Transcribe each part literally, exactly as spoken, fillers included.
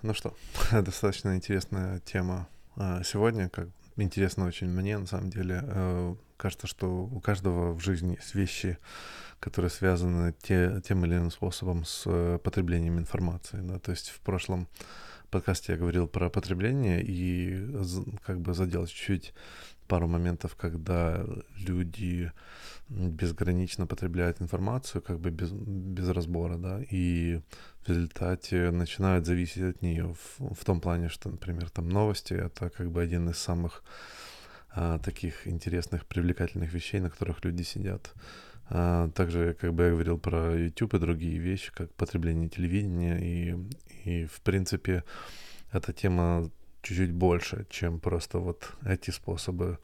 Ну что, достаточно интересная тема а, сегодня, как интересно очень мне, на самом деле. Э, Кажется, что у каждого в жизни есть вещи, которые связаны те, тем или иным способом с э, потреблением информации. Да? То есть в прошлом подкасте я говорил про потребление и з- как бы задел чуть-чуть пару моментов, когда люди безгранично потребляют информацию, как бы без, без разбора, да, и в результате начинают зависеть от нее в, в том плане, что, например, там новости — это как бы один из самых а, таких интересных, привлекательных вещей, на которых люди сидят. А, также, как бы я говорил про YouTube и другие вещи, как потребление телевидения, и, и в принципе, эта тема чуть-чуть больше, чем просто вот эти способы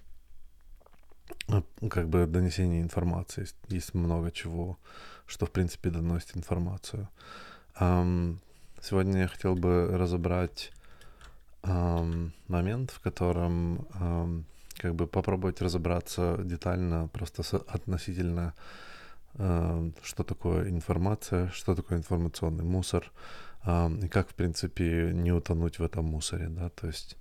а, как бы донесения информации. Есть, есть много чего, что в принципе доносит информацию. Ам, сегодня я хотел бы разобрать ам, момент, в котором ам, как бы попробовать разобраться детально просто с, относительно ам, что такое информация, что такое информационный мусор, ам, и как в принципе не утонуть в этом мусоре, да, то есть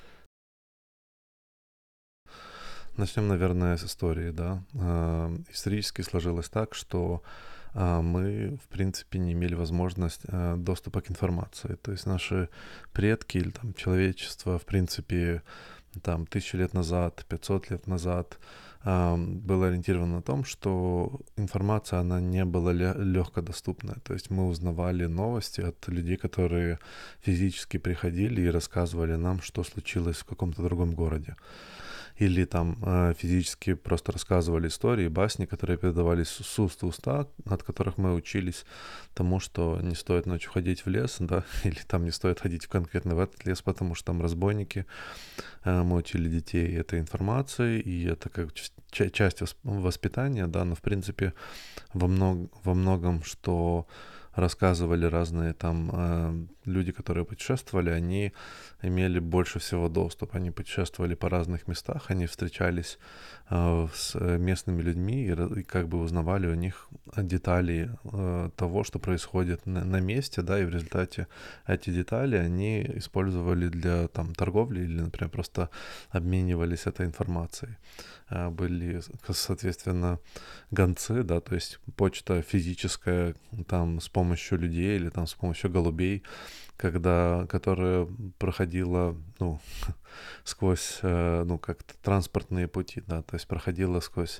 начнем, наверное, с истории, да. А, Исторически сложилось так, что а, мы, в принципе, не имели возможность а, доступа к информации. То есть наши предки или там человечество, в принципе, там тысячу лет назад, пятьсот лет назад а, было ориентировано на том, что информация, она не была легко доступна. То есть мы узнавали новости от людей, которые физически приходили и рассказывали нам, что случилось в каком-то другом городе. Или там э, физически просто рассказывали истории, басни, которые передавались с уст в уста, от которых мы учились тому, что не стоит ночью ходить в лес, да, или там не стоит ходить конкретно в этот лес, потому что там разбойники. Э, мы учили детей этой информации, и это как ч- часть восп- воспитания, да, но в принципе во, мног- во многом, что рассказывали разные там э, люди, которые путешествовали, они имели больше всего доступ. Они путешествовали по разных местах, они встречались э, с местными людьми и, ра- и как бы узнавали у них детали э, того, что происходит на, на месте, да, и в результате эти детали они использовали для там торговли или, например, просто обменивались этой информацией. Э, были, соответственно, гонцы, да, то есть почта физическая, там с помощью людей или там с помощью голубей, когда, которая проходила, ну, сквозь, э, ну, как-то транспортные пути, да, то есть проходила сквозь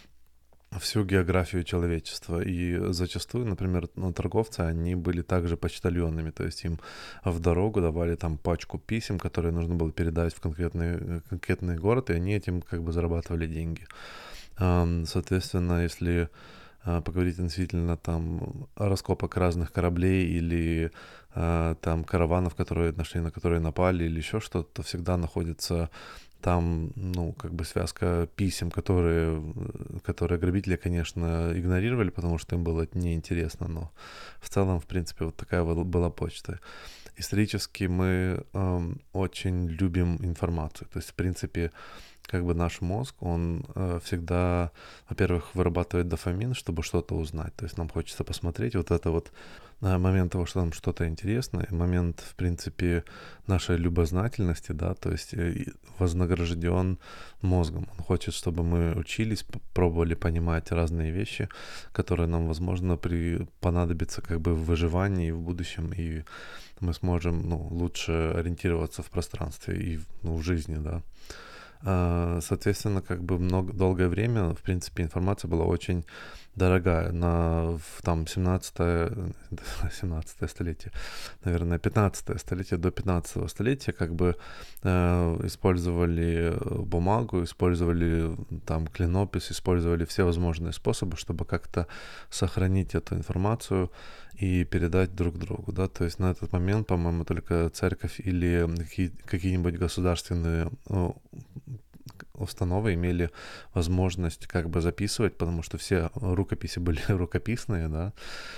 всю географию человечества. И зачастую, например, ну, торговцы, они были также почтальонами, то есть им в дорогу давали там пачку писем, которые нужно было передать в конкретный, конкретный город, и они этим как бы зарабатывали деньги. Ам, Соответственно, если а, поговорить относительно там раскопок разных кораблей или а, там караванов, которые нашли, на которые напали, или еще что-то, то всегда находится там, ну, как бы связка писем, которые, э, которые грабители, конечно, игнорировали, потому что им было это неинтересно, но в целом, в принципе, вот такая вот была почта. Исторически мы эм, очень любим информацию, то есть, в принципе, как бы наш мозг, он э, всегда, во-первых, вырабатывает дофамин, чтобы что-то узнать. То есть нам хочется посмотреть вот это вот э, момент того, что нам что-то интересно, и момент, в принципе, нашей любознательности, да, то есть э, и вознагражден мозгом. Он хочет, чтобы мы учились, п- пробовали понимать разные вещи, которые нам, возможно, при... понадобятся как бы в выживании и в будущем, и мы сможем, ну, лучше ориентироваться в пространстве и, ну, в жизни, да. А, Соответственно, как бы много, долгое время, в принципе, информация была очень дорогая. На в, там семнадцатое, семнадцатое столетие, наверное, пятнадцатое столетие до пятнадцатого столетия как бы э, использовали бумагу, использовали там клинопись, использовали все возможные способы, чтобы как-то сохранить эту информацию и передать друг другу, да, то есть на этот момент, по-моему, только церковь или какие- какие-нибудь государственные ну, установы имели возможность как бы записывать, потому что все рукописи были рукописные, да,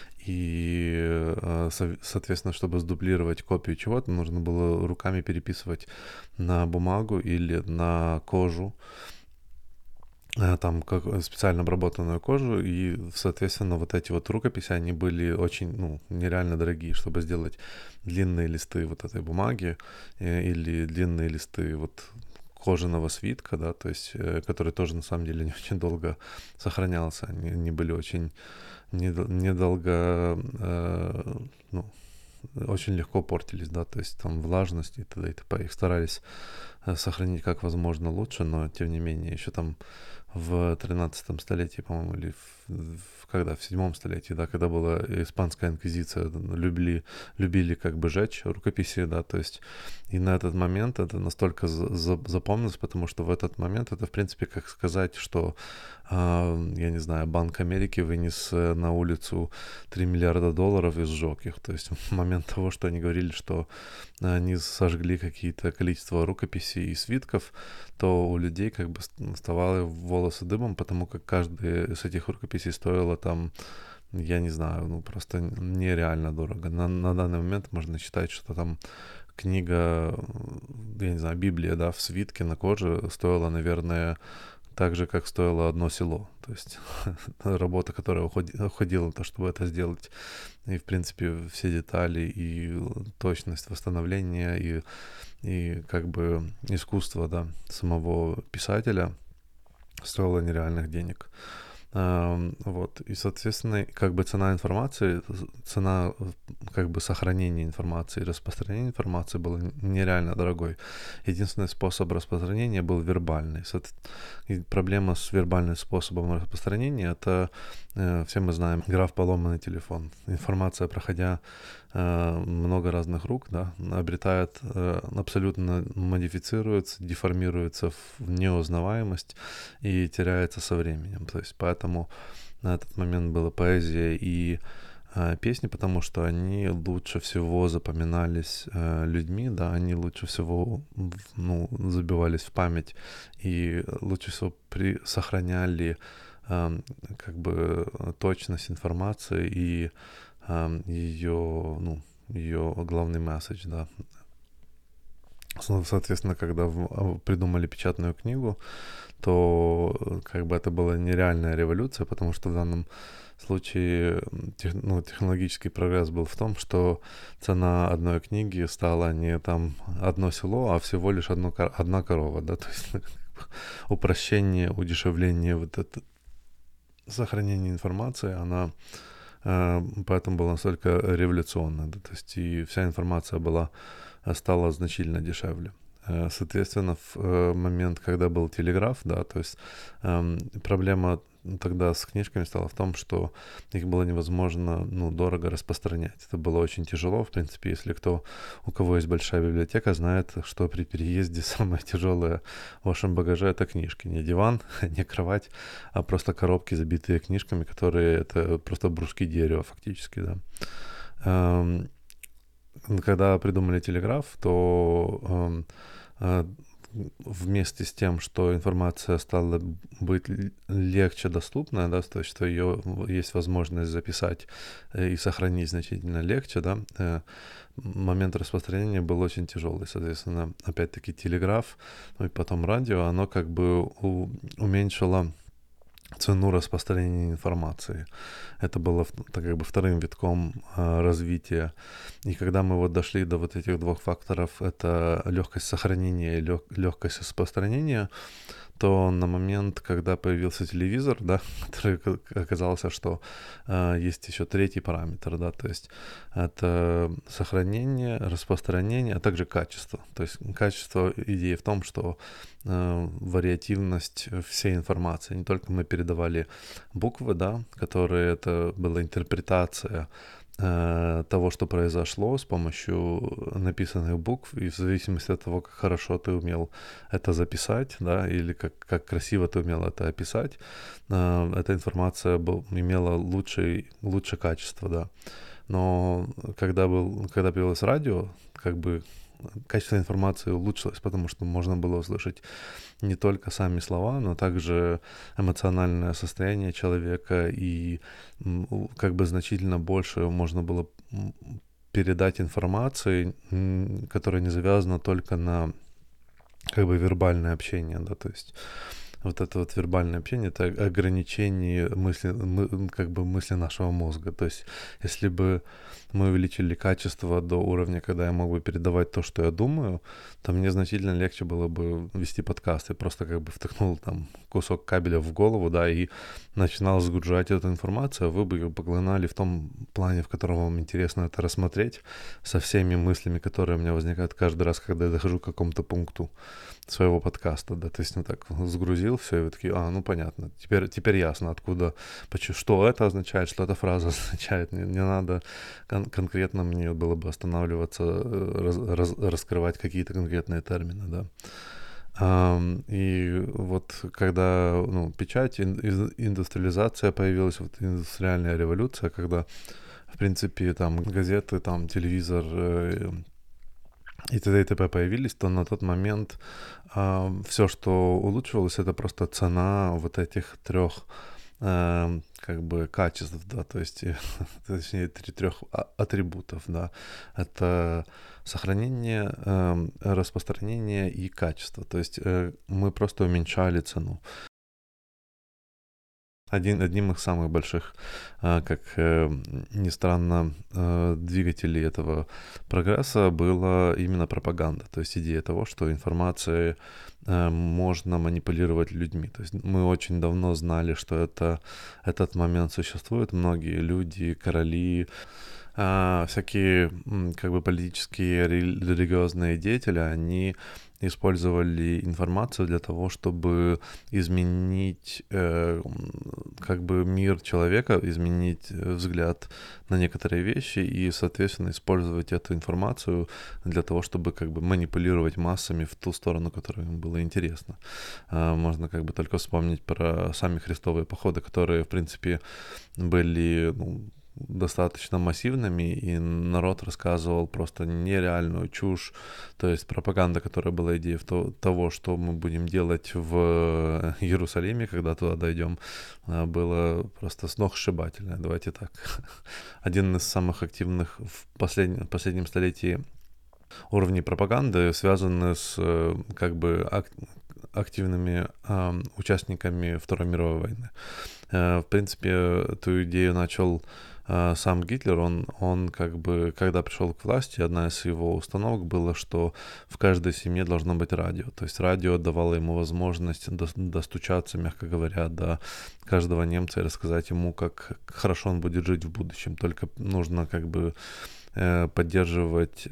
и, э, со- соответственно, чтобы сдублировать копию чего-то, нужно было руками переписывать на бумагу или на кожу, э, там как э, специально обработанную кожу, и, соответственно, вот эти вот рукописи, они были очень, ну, нереально дорогие, чтобы сделать длинные листы вот этой бумаги э, или длинные листы вот кожаного свитка, да, то есть, э, который тоже на самом деле не очень долго сохранялся, они, они были очень недо- недолго, э, ну, очень легко портились, да, то есть там влажность и т.д. и т.п. Их старались э, сохранить как возможно лучше, но тем не менее еще там в тринадцатом столетии, по-моему, или в, в- когда, в седьмом столетии, да, когда была испанская инквизиция, ну, любили, любили как бы жечь рукописи, да, то есть и на этот момент это настолько за- за- запомнилось, потому что в этот момент это, в принципе, как сказать, что, а, я не знаю, Банк Америки вынес э, на улицу три миллиарда долларов и сжег их, то есть в момент того, что они говорили, что они сожгли какие-то количество рукописей и свитков, то у людей как бы вставали волосы дыбом, потому как каждая из этих рукописей стоила там, я не знаю, ну просто нереально дорого. На, на данный момент можно считать, что там книга, я не знаю, Библия, да, в свитке на коже стоила, наверное, так же, как стоило одно село. То есть работа, которая уходи- уходила на то, чтобы это сделать. И, в принципе, все детали и точность восстановления, и, и как бы искусство, да, самого писателя стоило нереальных денег. Ам, Вот. И, соответственно, как бы цена информации, цена э, как бы сохранения информации и распространения информации была нереально дорогой. Единственный способ распространения был вербальный. Соот- И проблема с вербальным способом распространения — это, э, все мы знаем, игра в поломанный телефон. Информация, проходя э, много разных рук, да, обретает, э, абсолютно модифицируется, деформируется в неузнаваемость и теряется со временем. То есть поэтому на этот момент была поэзия и э, песни, потому что они лучше всего запоминались э, людьми, да, они лучше всего в- ну, забивались в память и лучше всего при, сохраняли эм, как бы точность информации и эм, ее, ну, ее главный месседж, да. Со- Соответственно, когда в- а, придумали печатную книгу, то э, как бы это была нереальная революция, потому что в данном случае м, тех- ну, технологический прогресс был в том, что цена одной книги стала не там одно село, а всего лишь одно, ко- одна корова, да, то есть упрощение, удешевление, вот это сохранение информации, она э, поэтому была настолько революционная, да, то есть и вся информация была э, стала значительно дешевле. Э, Соответственно, в э, момент, когда был телеграф, да, то есть эм, проблема тогда с книжками стала в том, что их было невозможно, ну, дорого распространять. Это было очень тяжело, в принципе, если кто, у кого есть большая библиотека, знает, что при переезде самое тяжелое в вашем багаже — это книжки. Не диван, не кровать, а просто коробки, забитые книжками, которые — это просто бруски дерева фактически, да. Эм, Когда придумали телеграф, то эм, э, вместе с тем, что информация стала быть л- легче доступна, да, то есть что ее есть возможность записать э, и сохранить значительно легче, да, э, момент распространения был очень тяжелый. Соответственно, опять-таки телеграф, ну и потом радио, оно как бы у- уменьшило цену распространения информации. Это было в- так как бы вторым витком а, развития. И когда мы вот дошли до вот этих двух факторов, это легкость сохранения и легкость распространения, то на момент, когда появился телевизор, да, который ока- оказался, что а, есть еще третий параметр, да, то есть это сохранение, распространение, а также качество. То есть качество идеи в том, что э, вариативность всей информации. Не только мы передавали буквы, да, которые это была интерпретация э, того, что произошло с помощью написанных букв, и в зависимости от того, как хорошо ты умел это записать, да, или как, как красиво ты умел это описать, э, эта информация был, имела лучшее, лучшее качество, да. Но когда, был, когда появилось радио, как бы качество информации улучшилось, потому что можно было услышать не только сами слова, но также эмоциональное состояние человека, и м, у- как бы значительно больше можно было м, передать информации, м, которая не завязана только на как бы вербальное общение, да, то есть вот это вот вербальное общение, это ограничение мысли, мы- как бы мысли нашего мозга. То есть, если бы мы увеличили качество до уровня, когда я мог бы передавать то, что я думаю, то мне значительно легче было бы вести подкаст. Я просто как бы втыкнул там кусок кабеля в голову, да, и начинал загружать эту информацию, а вы бы ее поглинали в том плане, в котором вам интересно это рассмотреть, со всеми мыслями, которые у меня возникают каждый раз, когда я дохожу к какому-то пункту своего подкаста, да, то есть, ну так, сгрузил все, и вы такие, а, ну понятно, теперь, теперь ясно, откуда, почему, что это означает, что эта фраза означает, не, не надо кон- конкретно мне было бы останавливаться, э, раз- раз- раскрывать какие-то конкретные термины, да. Ам, и вот когда, ну, печать, ин- из- индустриализация появилась, вот индустриальная революция, когда, в принципе, там газеты, там телевизор, э, и т.д. и т.п. появились, то на тот момент все, что улучшилось, это просто цена вот этих трех как бы качеств, да, то есть, э, точнее, три- трех а- атрибутов, да. Это сохранение, эм, распространение и качество. То есть э, мы просто уменьшали цену. Один, одним из самых больших, а, как э, ни странно, э, двигателей этого прогресса была именно пропаганда. То есть идея того, что информацией э, можно манипулировать людьми. То есть мы очень давно знали, что это, этот момент существует. Многие люди, короли, а, всякие м, как бы политические, рели- религиозные деятели, они использовали информацию для того, чтобы изменить э, м, как бы мир человека, изменить э, взгляд на некоторые вещи и, соответственно, использовать эту информацию для того, чтобы как бы манипулировать массами в ту сторону, которая им было интересно. А, можно как бы только вспомнить про сами крестовые походы, которые, в принципе, были, ну, достаточно массивными, и народ рассказывал просто нереальную чушь. То есть пропаганда, которая была идеей в то, того, что мы будем делать в Иерусалиме, когда туда дойдем, а, было просто сногсшибательное. Давайте так. Один из самых активных в последнем, последнем столетии уровней пропаганды связаны с э, как бы ак- активными ам, участниками Второй мировой войны. Э, В принципе, эту идею начал э, сам Гитлер. Он, он как бы, когда пришел к власти, одна из его установок была, что в каждой семье должно быть радио. То есть радио давало ему возможность дос- достучаться, мягко говоря, до каждого немца и рассказать ему, как хорошо он будет жить в будущем. Только нужно как бы э, поддерживать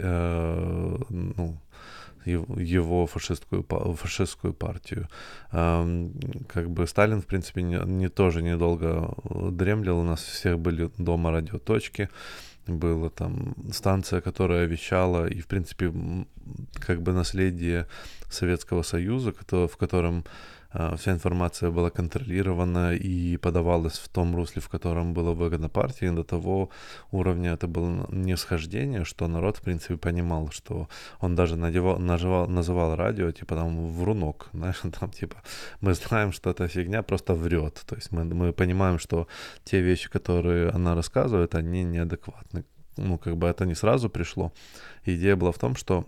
э, ну, его его фашистскую, па- фашистскую партию. Ам, Как бы Сталин, в принципе, не, не тоже недолго э, дремлил. У нас всех были дома радиоточки. Была там станция, которая вещала, и, в принципе, м, как бы наследие Советского Союза, кото- в котором а, вся информация была контролирована и подавалась в том русле, в котором было выгодно партии. До того уровня это было нисхождение, что народ, в принципе, понимал, что он даже надевал, наживал, называл радио, типа, там, врунок, знаешь, там, типа, мы знаем, что эта фигня просто врет. То есть мы, мы понимаем, что те вещи, которые она рассказывает, они неадекватны. Ну, как бы это не сразу пришло. Идея была в том, что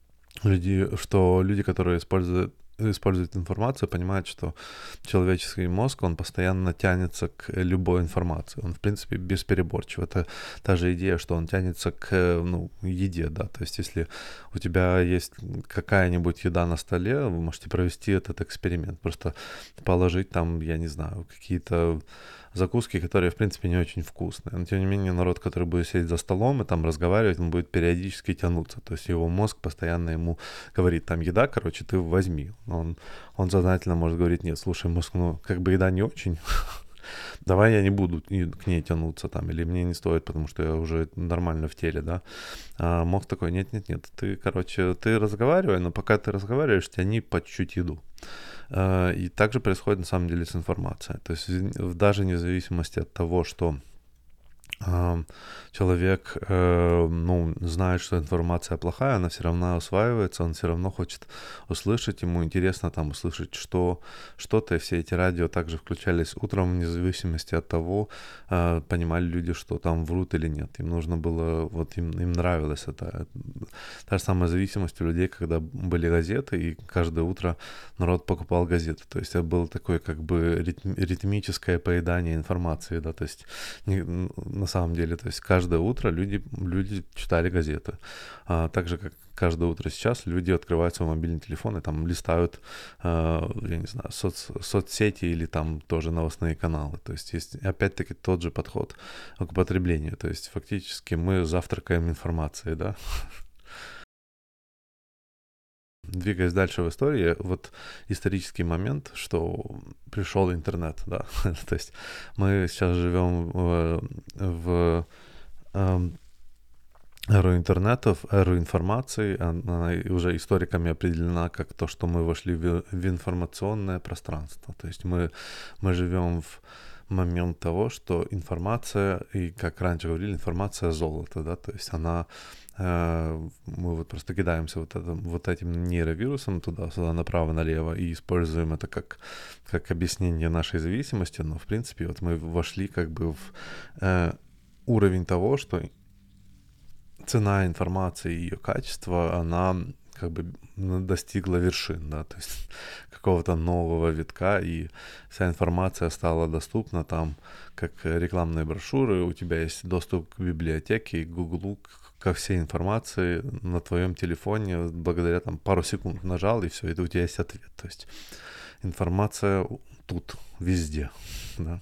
люди, что люди, которые используют используют информацию, понимают, что человеческий мозг, он постоянно тянется к любой информации. Он, в принципе, беспереборчив. Это та же идея, что он тянется к, ну, еде, да. То есть, если у тебя есть какая-нибудь еда на столе, вы можете провести этот эксперимент. Просто положить там, я не знаю, какие-то закуски, которые, в принципе, не очень вкусные. Но, тем не менее, народ, который будет сидеть за столом и там разговаривать, он будет периодически тянуться. То есть его мозг постоянно ему говорит, там еда, короче, ты возьми. Он, он сознательно может говорить, нет, слушай, мозг, ну, как бы еда не очень, давай я не буду к ней тянуться там, или мне не стоит, потому что я уже нормально в теле, да. А мозг такой, нет-нет-нет, ты, короче, ты разговаривай, но пока ты разговариваешь, тяни по чуть-чуть еду. А, И также происходит на самом деле с информацией. То есть в- даже вне зависимости от того, что а, человек, э, ну, знает, что информация плохая, она все равно усваивается, он все равно хочет услышать, ему интересно там услышать что, что-то, и все эти радио также включались утром, вне зависимости от того, а, понимали люди, что там врут или нет. Им нужно было, вот им, им нравилось это. Та же самая зависимость у людей, когда были газеты, и каждое утро народ покупал газеты. То есть это было такое как бы ритм, ритмическое поедание информации, да, то есть не- на самом деле, то есть каждое утро люди, люди читали газеты. А, так же, как каждое утро сейчас люди открывают свой мобильный телефон и там листают, а, я не знаю, соц, соцсети или там тоже новостные каналы. То есть есть опять-таки тот же подход к потреблению. То есть фактически мы завтракаем информацией, да. Двигаясь дальше в истории, вот исторический момент, что пришел интернет, да, то есть мы сейчас живем в, в эм, эру интернетов, эру информации, она уже историками определена как то, что мы вошли в, в информационное пространство, то есть мы, мы живем в момент того, что информация, и как раньше говорили, информация золото, да, то есть она, э, мы вот просто кидаемся вот, этим, вот этим нейровирусом туда-сюда, направо-налево, и используем это как, как объяснение нашей зависимости, но в принципе вот мы вошли как бы в э, уровень того, что цена информации и ее качество, она как бы ну, достигла вершин, да, то есть какого-то нового витка, и вся информация стала доступна там, как рекламные брошюры, у тебя есть доступ к библиотеке, к Гуглу, ко всей информации на твоем телефоне, благодаря там пару секунд нажал, и все, и у тебя есть ответ, то есть информация тут, везде, да.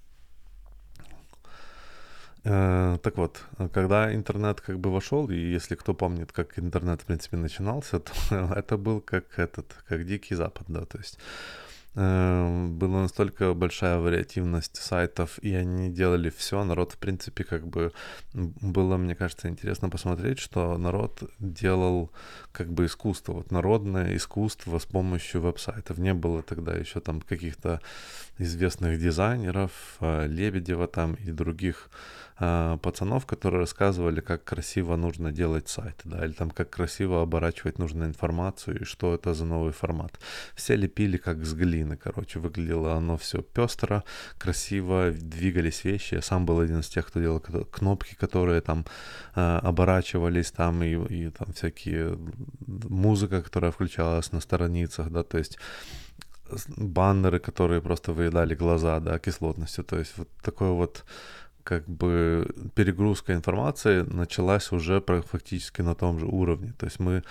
Э, так вот, когда интернет как бы вошел, и если кто помнит, как интернет, в принципе, начинался, то это был как этот, как Дикий Запад, да, то есть э, была настолько большая вариативность сайтов, и они делали все, народ, в принципе, как бы м, было, мне кажется, интересно посмотреть, что народ делал как бы искусство, вот народное искусство с помощью веб-сайтов. Не было тогда еще там каких-то известных дизайнеров, э, Лебедева там и других э, пацанов, которые рассказывали, как красиво нужно делать сайты, да, или там как красиво оборачивать нужную информацию и что это за новый формат. Все лепили как с глины, короче, выглядело оно все пестро, красиво, двигались вещи. Я сам был один из тех, кто делал кнопки, которые там э, оборачивались там, и, и там всякие музыка, которая включалась на страницах, да, то есть баннеры, которые просто выедали глаза, да, кислотностью. То есть вот такой вот как бы перегрузка информации началась уже фактически на том же уровне. То есть мы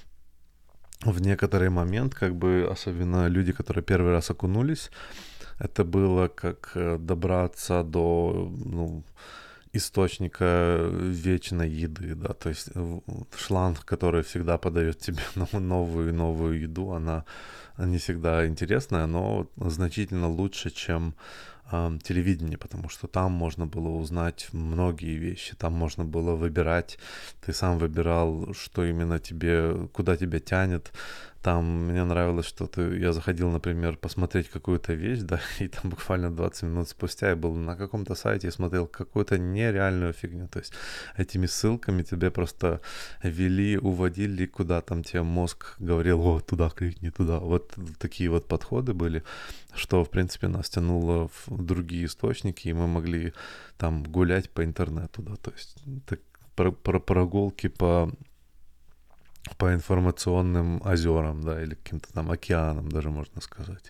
в некоторый момент, как бы, особенно люди, которые первый раз окунулись, это было как э, добраться до, ну, источника вечной еды, да, то есть в- шланг, который всегда подает тебе но- новую и новую еду, она не всегда интересная, но значительно лучше, чем ам, телевидение, потому что там можно было узнать многие вещи, там можно было выбирать, ты сам выбирал, что именно тебе, куда тебя тянет. Там мне нравилось, что ты, я заходил, например, посмотреть какую-то вещь, да, и там буквально двадцать минут спустя я был на каком-то сайте и смотрел какую-то нереальную фигню. То есть этими ссылками тебе просто вели, уводили, куда там тебе мозг говорил, о, туда кликни, туда. Вот такие вот подходы были, что, в принципе, нас тянуло в другие источники, и мы могли там гулять по интернету, да, то есть так, про, про прогулки по по информационным озерам, да, или каким-то там океанам даже можно сказать.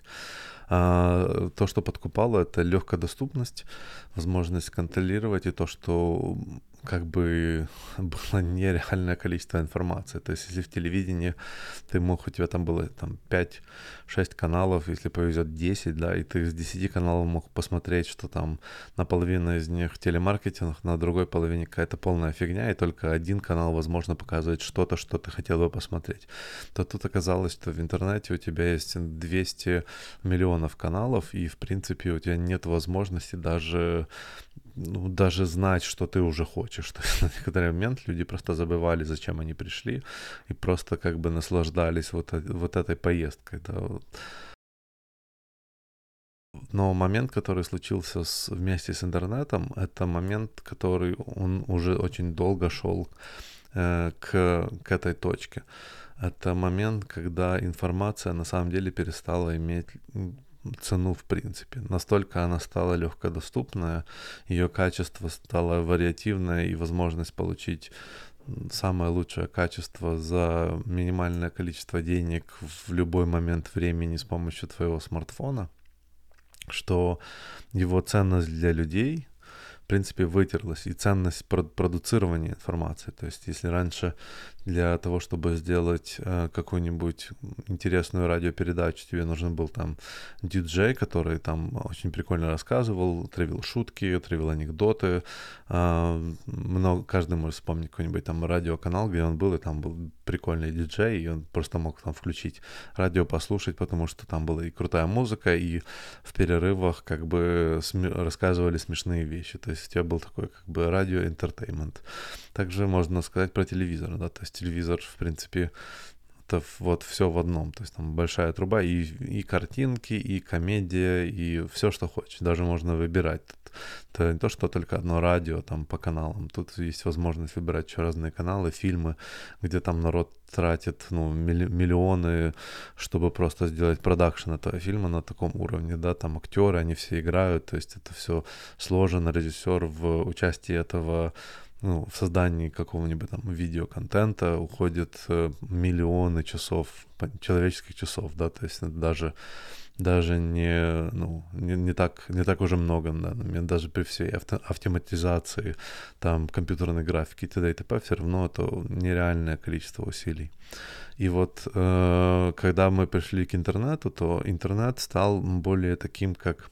А, то, что подкупало, это легкая доступность, возможность контролировать и то, что как бы было нереальное количество информации. То есть, если в телевидении ты мог, у тебя там было там пять-шесть каналов, если повезет десять, да, и ты из десяти каналов мог посмотреть, что там наполовину из них телемаркетинг, на другой половине какая-то полная фигня, и только один канал, возможно, показывает что-то, что ты хотел бы посмотреть. То тут оказалось, что в интернете у тебя есть двести миллионов каналов, и, в принципе, у тебя нет возможности даже, ну, даже знать, что ты уже хочешь. То есть на некоторый момент люди просто забывали, зачем они пришли, и просто как бы наслаждались вот, вот этой поездкой. Да. но момент, который случился с, вместе с интернетом, это момент, который он уже очень долго шел э, к, к этой точке. Это момент, когда информация на самом деле перестала иметь цену в принципе. Настолько она стала легкодоступная, ее качество стало вариативное, и возможность получить самое лучшее качество за минимальное количество денег в любой момент времени с помощью твоего смартфона, что его ценность для людей в принципе вытерлась, и ценность продуцирования информации. То есть если раньше для того, чтобы сделать э, какую-нибудь интересную радиопередачу, тебе нужен был там диджей, который там очень прикольно рассказывал, травил шутки, травил анекдоты. Э, много, каждый может вспомнить какой-нибудь там радиоканал, где он был, и там был прикольный диджей, и он просто мог там включить радио, послушать, потому что там была и крутая музыка, и в перерывах как бы сме- рассказывали смешные вещи. То есть у тебя был такой как бы радио-энтертеймент. Также можно сказать про телевизор, да, то есть телевизор, в принципе, это вот все в одном, то есть там большая труба, и, и картинки, и комедия, и все, что хочешь, даже можно выбирать. Это не то, что только одно радио там по каналам, тут есть возможность выбирать еще разные каналы, фильмы, где там народ тратит, ну, милли- миллионы, чтобы просто сделать продакшн этого фильма на таком уровне, да, там актеры, они все играют, то есть это все сложено, режиссер в участии этого, ну, в создании какого-нибудь там видеоконтента уходит э, миллионы часов, человеческих часов, да, то есть это даже, даже не, ну, не, не, так, не так уже много на данный момент, даже при всей авто, автоматизации, там, компьютерной графики и т.д. и т.п. все равно это нереальное количество усилий. И вот э, когда мы пришли к интернету, то интернет стал более таким, как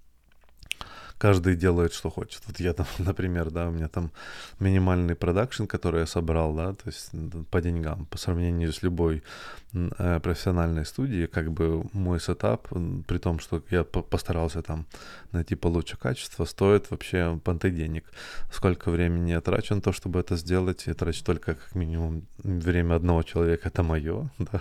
каждый делает, что хочет. Вот я там, например, да, у меня там минимальный продакшн, который я собрал, да, то есть по деньгам, по сравнению с любой э, профессиональной студией, как бы мой сетап, при том, что я по- постарался там найти получше качество, стоит вообще понты денег. Сколько времени я трачу на то, чтобы это сделать, я трачу только как минимум время одного человека, это мое, да,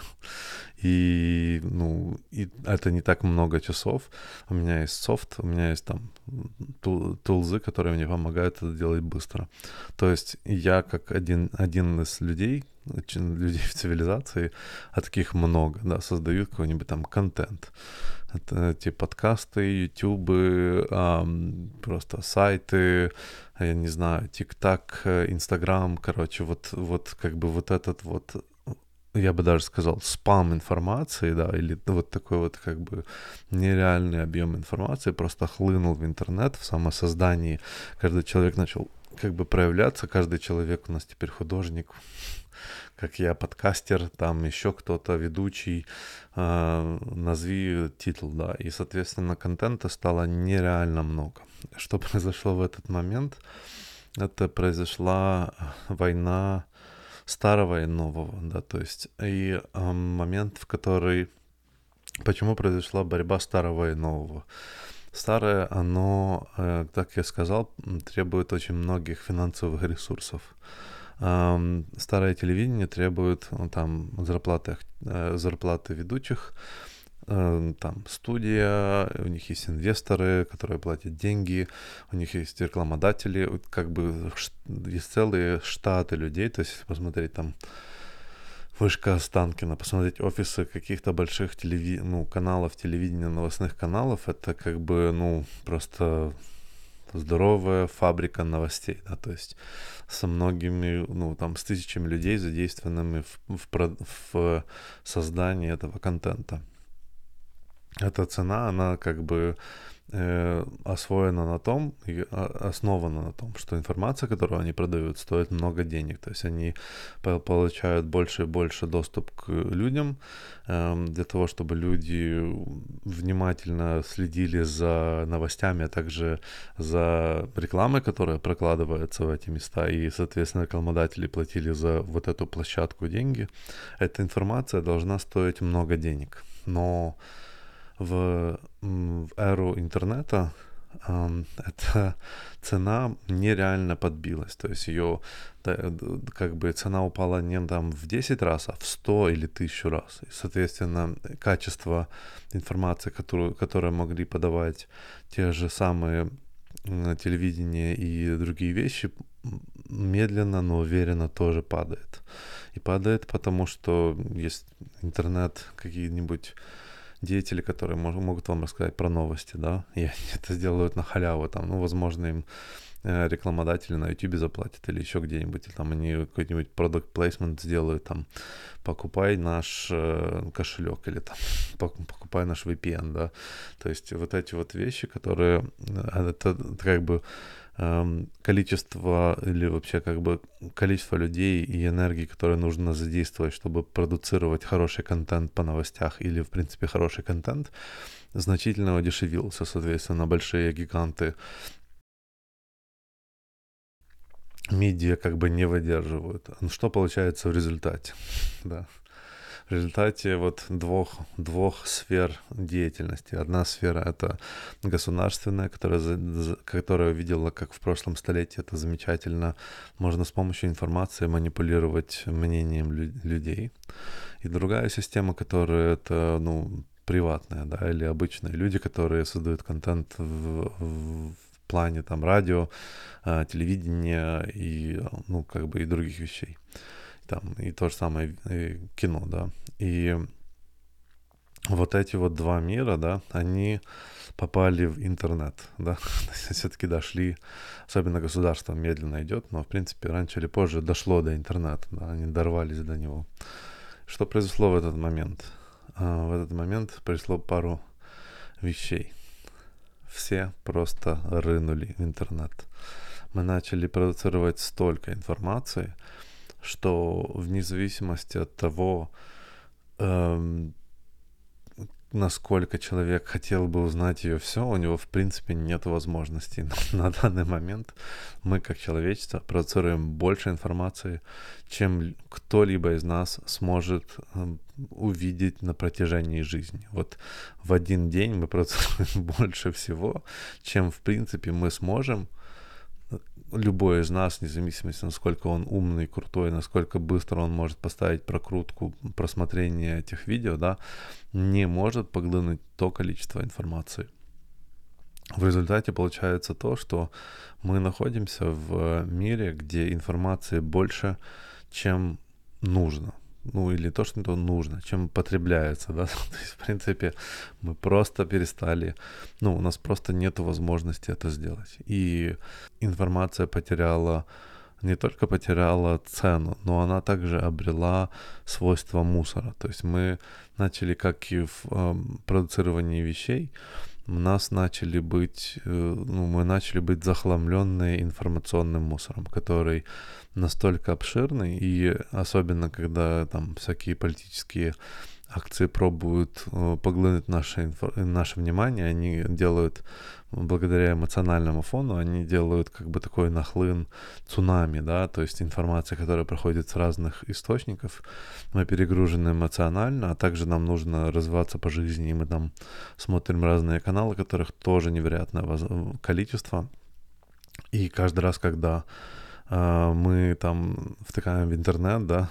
и, ну, и это не так много часов. У меня есть софт, у меня есть там тул- тулзы, которые мне помогают это делать быстро. То есть я как один, один из людей, ч- людей в цивилизации, а таких много, да, создают какой-нибудь там контент. Это эти подкасты, ютубы, ам, просто сайты, я не знаю, тик-так, инстаграм, короче, вот, вот как бы вот этот вот, я бы даже сказал, спам информации, да, или вот такой вот как бы нереальный объем информации просто хлынул в интернет, в самосоздании. Каждый человек начал как бы проявляться, каждый человек у нас теперь художник, как я, подкастер, там еще кто-то, ведущий, э, назови титул, да, и, соответственно, контента стало нереально много. Что произошло в этот момент? Это произошла война старого и нового, да, то есть и э, момент, в который, почему произошла борьба старого и нового. Старое, оно, э, как я сказал, требует очень многих финансовых ресурсов. Эм, старое телевидение требует ну, там зарплаты, э, зарплаты ведущих, э, там студия, у них есть инвесторы, которые платят деньги, у них есть рекламодатели, вот как бы ш- есть целые штаты людей, то есть посмотреть там Вышка Останкино, посмотреть офисы каких-то больших телеви... ну, каналов телевидения, новостных каналов, это как бы, ну, просто здоровая фабрика новостей, да, то есть со многими, ну, там, с тысячами людей, задействованными в, в, про- в создании этого контента. Эта цена, она как бы э, освоена на том, и а, основана на том, что информация, которую они продают, стоит много денег. То есть они по- получают больше и больше доступ к людям э, для того, чтобы люди внимательно следили за новостями, а также за рекламой, которая прокладывается в эти места, и, соответственно, рекламодатели платили за вот эту площадку деньги. Эта информация должна стоить много денег. Но в, в эру интернета ам, эта цена нереально подбилась. То есть ее как бы цена упала не там в десять раз, а в сто или тысячу раз. И, соответственно, качество информации, которую, которую могли подавать те же самые м, телевидение и другие вещи, м, медленно, но уверенно тоже падает. И падает потому, что есть интернет, какие-нибудь деятели, которые мож- могут вам рассказать про новости, да, и они это сделают на халяву, там, ну, возможно, им э, рекламодатели на YouTube заплатят или еще где-нибудь, или там они какой-нибудь product placement сделают, там, покупай наш э, кошелек или там пок- покупай наш ви пи эн, да, то есть вот эти вот вещи, которые, э, это как бы эм, количество или вообще как бы количество людей и энергии, которые нужно задействовать, чтобы продуцировать хороший контент по новостях или, в принципе, хороший контент, значительно удешевился. Соответственно, большие гиганты медиа как бы не выдерживают. Ну, что получается в результате? Да. В результате вот двух, двух сфер деятельности. Одна сфера — это государственная, которая, за- за- которая видела, как в прошлом столетии это замечательно. Можно с помощью информации манипулировать мнением лю- людей. И другая система, которая это, ну, приватная, да, или обычные люди, которые создают контент в, в плане там радио, а, телевидения и, ну, как бы и других вещей. Там, и то же самое и кино, да. И вот эти вот два мира, да, они попали в интернет, да, все-таки дошли, особенно государство медленно идет, но, в принципе, раньше или позже дошло до интернета, да, они дорвались до него. Что произошло в этот момент? А, в этот момент произошло пару вещей. Все просто рынули в интернет. Мы начали продуцировать столько информации, что вне зависимости от того, эм, насколько человек хотел бы узнать ее все, у него в принципе нет возможности. На данный момент мы как человечество продуцируем больше информации, чем кто-либо из нас сможет эм, увидеть на протяжении жизни. Вот в один день мы продуцируем больше всего, чем в принципе мы сможем, любой из нас, вне зависимости, насколько он умный, крутой, насколько быстро он может поставить прокрутку, просмотрение этих видео, да, не может поглынуть то количество информации. В результате получается то, что мы находимся в мире, где информации больше, чем нужно. Ну, или то, что нужно, чем потребляется, да. То есть, в принципе, мы просто перестали, ну, у нас просто нет возможности это сделать. И информация потеряла, не только потеряла цену, но она также обрела свойства мусора. То есть мы начали, как и в э, продуцировании вещей, у нас начали быть, э, ну, мы начали быть захламленные информационным мусором, который настолько обширный, и особенно когда там всякие политические акции пробуют э, поглотить наше, инфо- наше внимание, они делают, благодаря эмоциональному фону, они делают как бы такой нахлын цунами, да, то есть информация, которая проходит с разных источников, мы перегружены эмоционально, а также нам нужно развиваться по жизни, и мы там смотрим разные каналы, которых тоже невероятное воз- количество, и каждый раз, когда э, мы там втыкаем в интернет, да,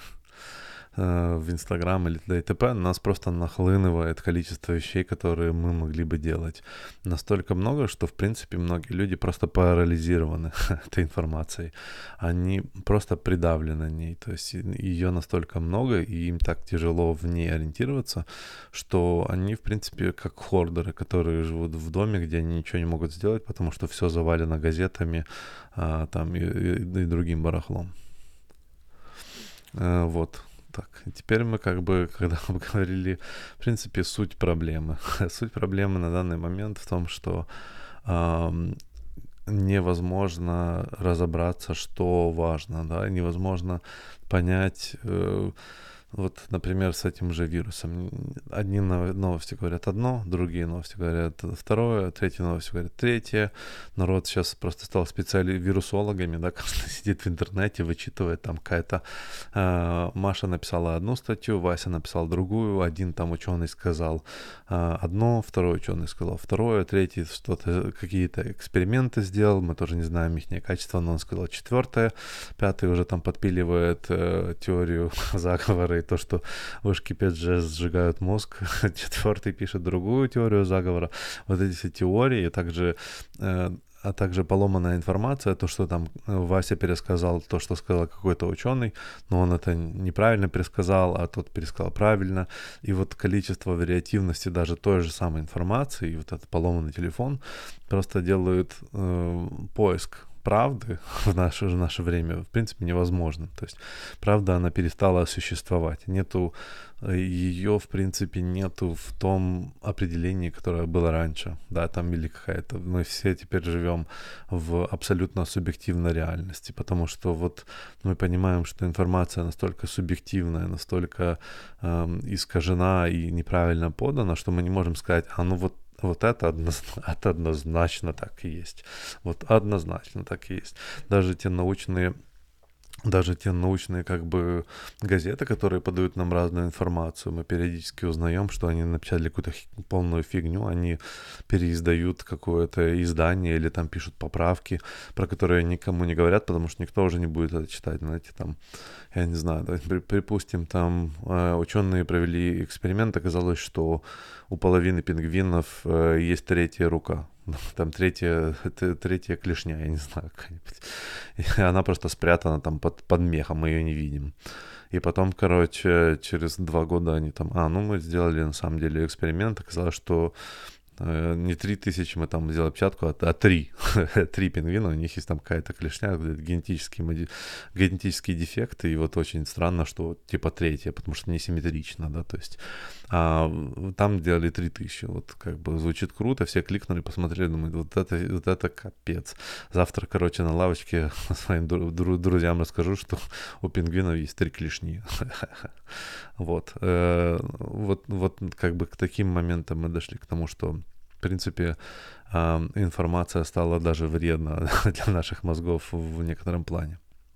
э, в Инстаграм или т.д. и т.п., нас просто нахлынывает количество вещей, которые мы могли бы делать. Настолько много, что, в принципе, многие люди просто парализированы этой информацией. Они просто придавлены ней. То есть ее настолько много, и им так тяжело в ней ориентироваться, что они, в принципе, как хордеры, которые живут в доме, где они ничего не могут сделать, потому что все завалено газетами, а, там и, и, и другим барахлом. Э, вот. Так, и теперь мы как бы, когда мы говорили, в принципе, суть проблемы. Суть проблемы на данный момент в том, что ам, невозможно разобраться, что важно, да, невозможно понять, э, вот, например, с этим же вирусом. Одни нов- новости говорят одно, другие новости говорят второе, третьи новости говорят третье. Народ сейчас просто стал специали вирусологами, да, каждый сидит в интернете, вычитывает там какая-то... э, Маша написала одну статью, Вася написал другую, один там ученый сказал э, одно, второй ученый сказал второе, третий что-то, какие-то эксперименты сделал, мы тоже не знаем их качество, но он сказал четвертое, пятый уже там подпиливает э, теорию заговора и то, что вышки пять джи сжигают мозг, четвертый пишет другую теорию заговора. Вот эти все теории, также э, а также поломанная информация, то, что там Вася пересказал то, что сказал какой-то ученый, но он это неправильно пересказал, а тот пересказал правильно. И вот количество вариативности даже той же самой информации, и вот этот поломанный телефон просто делают э, поиск правды в наше, в наше время, в принципе, невозможным. То есть правда, она перестала существовать. Нету ее, в принципе, нету в том определении, которое было раньше. Да, там или какая-то... Мы все теперь живем в абсолютно субъективной реальности, потому что вот мы понимаем, что информация настолько субъективная, настолько эм, искажена и неправильно подана, что мы не можем сказать, а ну вот Вот это, однозначно, это однозначно так и есть. Вот однозначно так и есть. Даже те научные даже те научные как бы газеты, которые подают нам разную информацию, мы периодически узнаем, что они написали какую-то хи- полную фигню, они переиздают какое-то издание или там пишут поправки, про которые никому не говорят, потому что никто уже не будет это читать, знаете, там, я не знаю, да, при- припустим, там э, ученые провели эксперимент, оказалось, что у половины пингвинов э, есть третья рука. Там третья, т- третья клешня, я не знаю, какая-нибудь. И она просто спрятана там под, под мехом, мы ее не видим. И потом, короче, через два года они там... А, ну мы сделали на самом деле эксперимент, оказалось, что э, не три тысячи мы там сделали печатку, а, а три. Три пингвина, у них есть там какая-то клешня, генетические, моди... генетические дефекты, и вот очень странно, что вот, типа третья, потому что не симметрично, да, то есть а там делали три тысячи, вот как бы звучит круто, все кликнули, посмотрели, думают, вот это, вот это капец. Завтра, короче, на лавочке своим дру- дру- друзьям расскажу, что у пингвинов есть три клешни. Вот. Э, вот, вот как бы к таким моментам мы дошли, к тому, что в принципе, а, информация стала даже вредна для наших мозгов в некотором плане.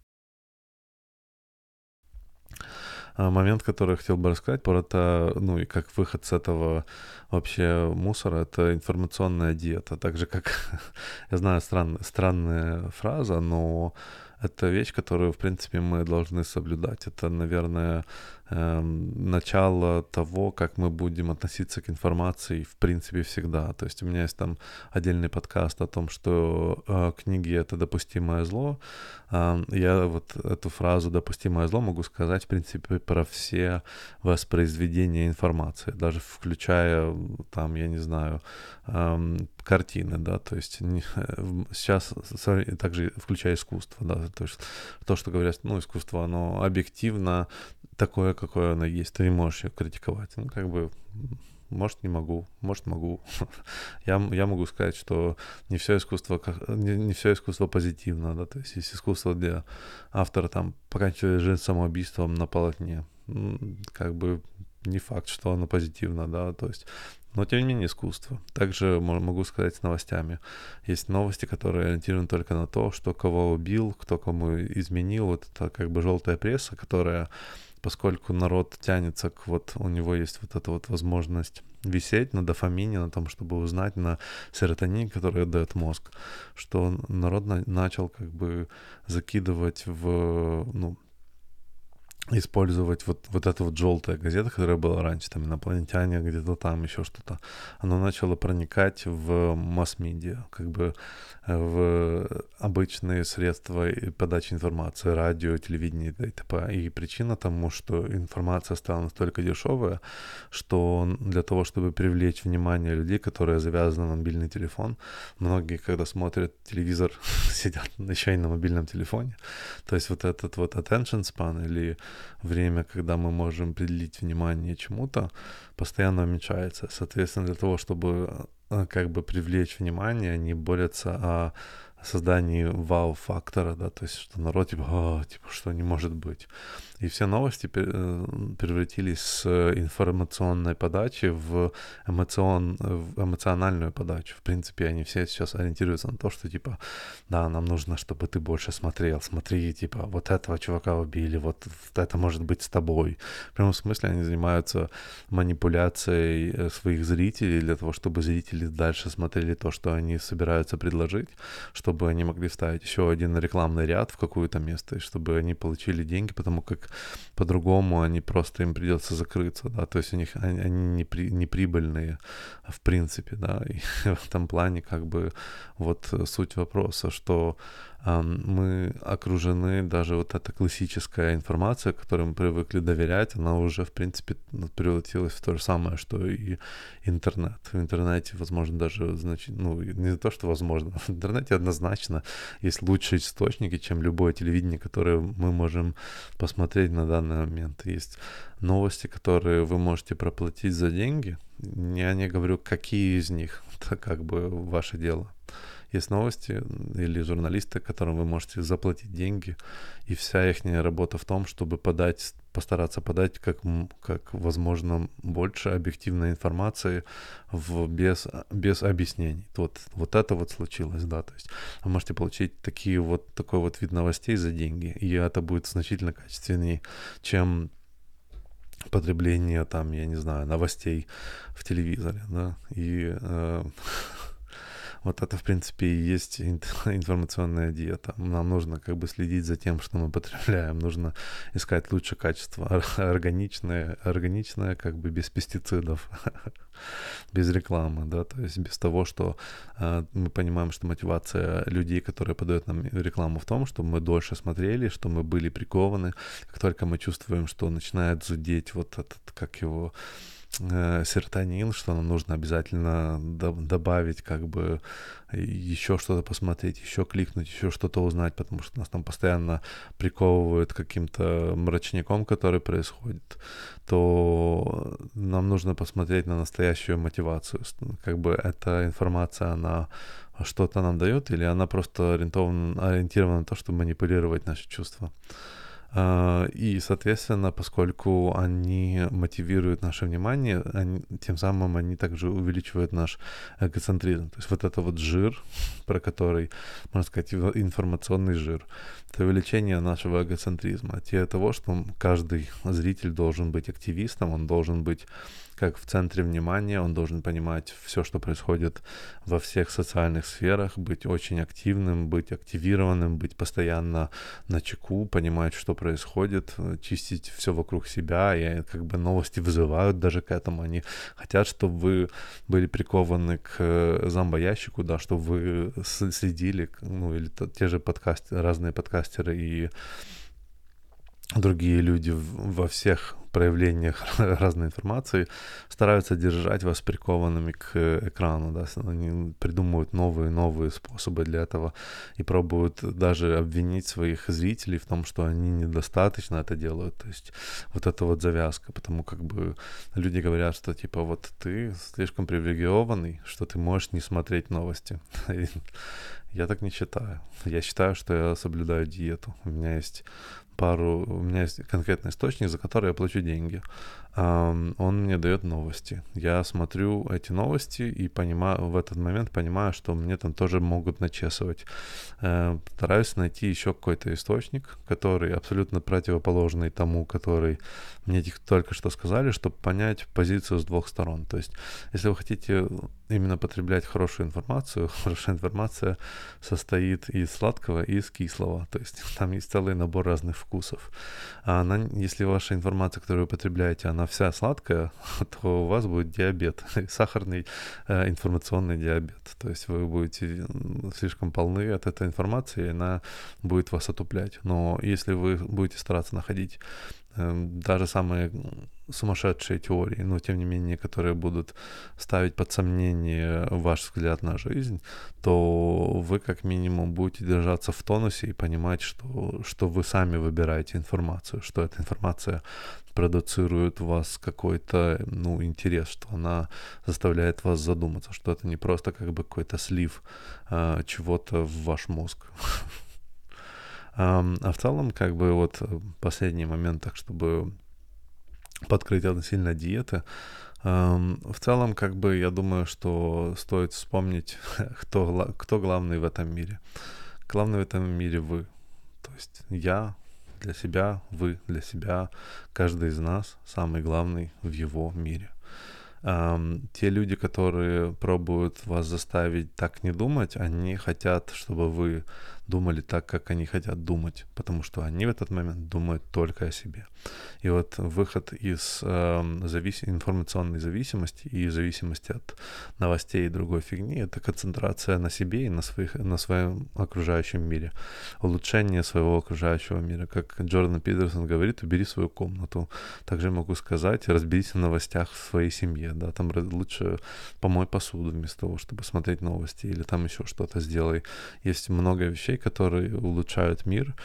А, момент, который я хотел бы рассказать про это, ну и как выход с этого вообще мусора, это информационная диета. Так же, как, я знаю, странная, странная фраза, но это вещь, которую, в принципе, мы должны соблюдать. Это, наверное, эм, начало того, как мы будем относиться к информации, в принципе, всегда. То есть у меня есть там отдельный подкаст о том, что э, книги — это допустимое зло. Э, я вот эту фразу «допустимое зло» могу сказать, в принципе, про все воспроизведения информации, даже включая, там, я не знаю, эм, картины, да, то есть не, сейчас также включая искусство, да, то есть то, что говорят, ну, искусство, оно объективно такое, какое оно есть, ты не можешь ее критиковать, ну, как бы, может, не могу, может, могу. я, я могу сказать, что не все искусство, не, не все искусство позитивно, да, то есть есть искусство, где автор там поканчивает жизнь самоубийством на полотне, как бы не факт, что оно позитивно, да, то есть, но тем не менее искусство. Также могу сказать с новостями. Есть новости, которые ориентированы только на то, что кого убил, кто кому изменил, вот это как бы желтая пресса, которая, поскольку народ тянется к вот, у него есть вот эта вот возможность висеть на дофамине, на том, чтобы узнать, на серотонине, который дает мозг, что народ на- начал как бы закидывать в, ну, использовать вот, вот эта вот желтая газета, которая была раньше, там, инопланетяне, где-то там, еще что-то, она начала проникать в масс-медиа, как бы в обычные средства подачи информации, радио, телевидение и т.п. И причина тому, что информация стала настолько дешевая, что для того, чтобы привлечь внимание людей, которые завязаны на мобильный телефон, многие, когда смотрят телевизор, сидят еще и на мобильном телефоне, то есть вот этот вот attention span или время, когда мы можем определить внимание чему-то, постоянно уменьшается. Соответственно, для того, чтобы как бы привлечь внимание, они борются о создании вау-фактора, да, то есть что народ типа, «А, типа, что не может быть». И все новости пе- э, превратились с информационной подачи в, эмоцион, в эмоциональную подачу. В принципе, они все сейчас ориентируются на то, что типа, да, нам нужно, чтобы ты больше смотрел, смотри, типа, вот этого чувака убили, вот это может быть с тобой. В прямом смысле они занимаются манипуляцией э, своих зрителей для того, чтобы зрители дальше смотрели то, что они собираются предложить, чтобы они могли вставить еще один рекламный ряд в какое-то место, и чтобы они получили деньги, потому как по-другому они просто им придется закрыться, да, то есть у них они, они не, при, не прибыльные в принципе, да, и в этом плане как бы вот суть вопроса, что ам, мы окружены, даже вот эта классическая информация, которой мы привыкли доверять, она уже в принципе ну, превратилась в то же самое, что и интернет. В интернете, возможно, даже значит, ну не то, что возможно, в интернете однозначно есть лучшие источники, чем любое телевидение, которое мы можем посмотреть на данный момент. Есть новости, которые вы можете проплатить за деньги. Я не говорю, какие из них, это как бы ваше дело. Есть новости или журналисты, которым вы можете заплатить деньги, и вся их работа в том, чтобы подать, постараться подать как, как возможно больше объективной информации в, без, без объяснений. Вот, вот это вот случилось, да, то есть вы можете получить такие вот, такой вот вид новостей за деньги, и это будет значительно качественнее, чем потребление там, я не знаю, новостей в телевизоре, да, и э, вот это, в принципе, и есть информационная диета. Нам нужно как бы следить за тем, что мы потребляем. Нужно искать лучшее качество, органичное, органичное, как бы без пестицидов, без рекламы, да, то есть без того, что э, мы понимаем, что мотивация людей, которые подают нам рекламу в том, чтобы мы дольше смотрели, что мы были прикованы. Как только мы чувствуем, что начинает зудеть вот этот, как его, э, серотонин, что нам нужно обязательно до- добавить, как бы еще что-то посмотреть, еще кликнуть, еще что-то узнать, потому что нас там постоянно приковывают каким-то мрачняком, который происходит, то нам нужно посмотреть на настоящую мотивацию. Как бы эта информация, она что-то нам дает, или она просто ориентована, ориентирована на то, чтобы манипулировать наши чувства. А, И, соответственно, поскольку они мотивируют наше внимание, они, тем самым они также увеличивают наш эгоцентризм. То есть вот это вот жир, про который, можно сказать, инфо- информационный жир, это увеличение нашего эгоцентризма. Те того, что каждый зритель должен быть активистом, он должен быть как в центре внимания, он должен понимать все, что происходит во всех социальных сферах, быть очень активным, быть активированным, быть постоянно на чеку, понимать, что происходит, чистить все вокруг себя, и как бы новости вызывают даже к этому. Они хотят, чтобы вы были прикованы к э, зомбоящику, да, чтобы вы с- следили, ну, или то- те же подкастеры, разные подкастеры и другие люди в- во всех проявлениях разной информации стараются держать вас прикованными к экрану, да, с- они придумывают новые-новые способы для этого и пробуют даже обвинить своих зрителей в том, что они недостаточно это делают, то есть вот эта вот завязка, потому как бы люди говорят, что типа вот ты слишком привилегированный, что ты можешь не смотреть новости. И я так не считаю. Я считаю, что я соблюдаю диету. У меня есть пару, у меня есть конкретный источник, за который я плачу деньги. Ам, Он мне дает новости. Я смотрю эти новости и понимаю, в этот момент понимаю, что мне там тоже могут начесывать. Э, Стараюсь найти еще какой-то источник, который абсолютно противоположный тому, который мне тих- только что сказали, чтобы понять позицию с двух сторон. То есть, если вы хотите именно потреблять хорошую информацию, хорошая информация состоит из сладкого и из кислого. То есть там есть целый набор разных вкусов. А она, если ваша информация, которую вы потребляете, она вся сладкая, то у вас будет диабет, сахарный э, информационный диабет. То есть вы будете м, слишком полны от этой информации, и она будет вас отуплять. Но если вы будете стараться находить эм, даже самые сумасшедшие теории, но тем не менее, которые будут ставить под сомнение ваш взгляд на жизнь, то вы как минимум будете держаться в тонусе и понимать, что, что вы сами выбираете информацию, что эта информация продуцирует у вас какой-то, ну, интерес, что она заставляет вас задуматься, что это не просто как бы какой-то слив а, чего-то в ваш мозг. А, а в целом, как бы вот последний момент, так чтобы подкрыть относительно диеты. Ам, В целом, как бы, я думаю, что стоит вспомнить, кто, гла- кто главный в этом мире. Главный в этом мире вы. То есть я для себя, вы для себя, каждый из нас самый главный в его мире. Ам, те люди, которые пробуют вас заставить так не думать, они хотят, чтобы вы думали так, как они хотят думать, потому что они в этот момент думают только о себе. И вот выход из эм, завис- информационной зависимости и зависимости от новостей и другой фигни — это концентрация на себе и на, своих, на своем окружающем мире, улучшение своего окружающего мира. Как Джордан Питерсон говорит, убери свою комнату. Также могу сказать, разберись в новостях в своей семье, да, там лучше помой посуду вместо того, чтобы смотреть новости, или там еще что-то сделай. Есть много вещей, которые улучшают мир,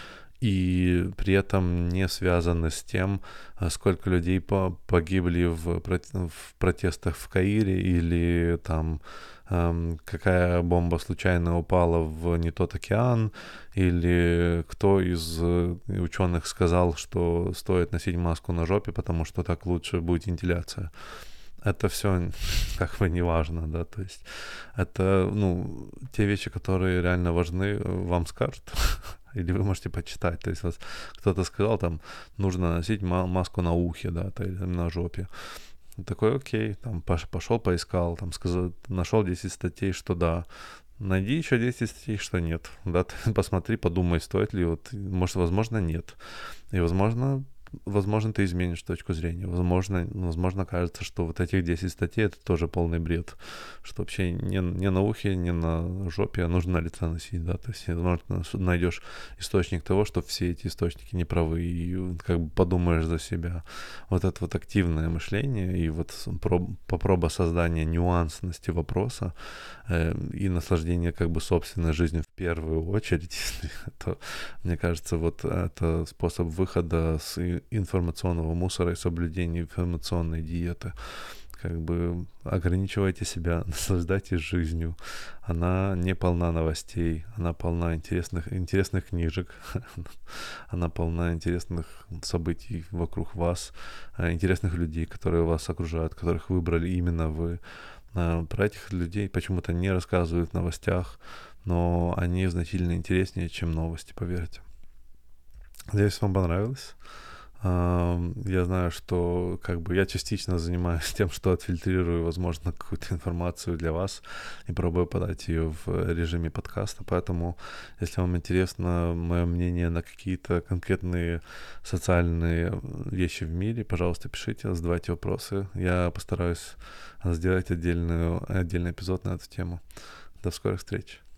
и при этом не связаны с тем, а, сколько людей по- погибли в, проте- в протестах в Каире, или там эм, какая бомба случайно упала в не тот океан, или кто из э, ученых сказал, что стоит носить маску на жопе, потому что так лучше будет вентиляция. Это все как бы не важно, да, то есть это, ну, те вещи, которые реально важны, э, вам скажут, или вы можете почитать, то есть вот кто-то сказал, там, нужно носить ма- маску на ухе, да, то, или там, на жопе. Такой, окей, там, пош- пошел, поискал, там, сказал, нашел десять статей, что да, найди еще десять статей, что нет, да, ты посмотри, подумай, стоит ли, вот, может, возможно, нет, и, возможно, возможно, ты изменишь точку зрения. Возможно, возможно, кажется, что вот этих десять статей — это тоже полный бред. Что вообще не, не на ухе, не на жопе, а нужно на лице носить, да. То есть, возможно, найдешь источник того, что все эти источники неправы, и как бы подумаешь за себя. Вот это вот активное мышление и вот проб, попроба создания нюансности вопроса э, и наслаждение как бы собственной жизнью в первую очередь, это, мне кажется, вот это способ выхода с и- информационного мусора и соблюдения информационной диеты. Как бы ограничивайте себя, наслаждайтесь жизнью. Она не полна новостей, она полна интересных, интересных книжек, она полна интересных событий вокруг вас, э, интересных людей, которые вас окружают, которых выбрали именно вы. Э, Про этих людей почему-то не рассказывают в новостях, но они значительно интереснее, чем новости, поверьте. Надеюсь, вам понравилось. Ам, Я знаю, что как бы я частично занимаюсь тем, что отфильтрирую, возможно, какую-то информацию для вас и пробую подать ее в режиме подкаста. Поэтому, если вам интересно мое мнение на какие-то конкретные социальные вещи в мире, пожалуйста, пишите, задавайте вопросы. Я постараюсь сделать отдельную, отдельный эпизод на эту тему. До скорых встреч.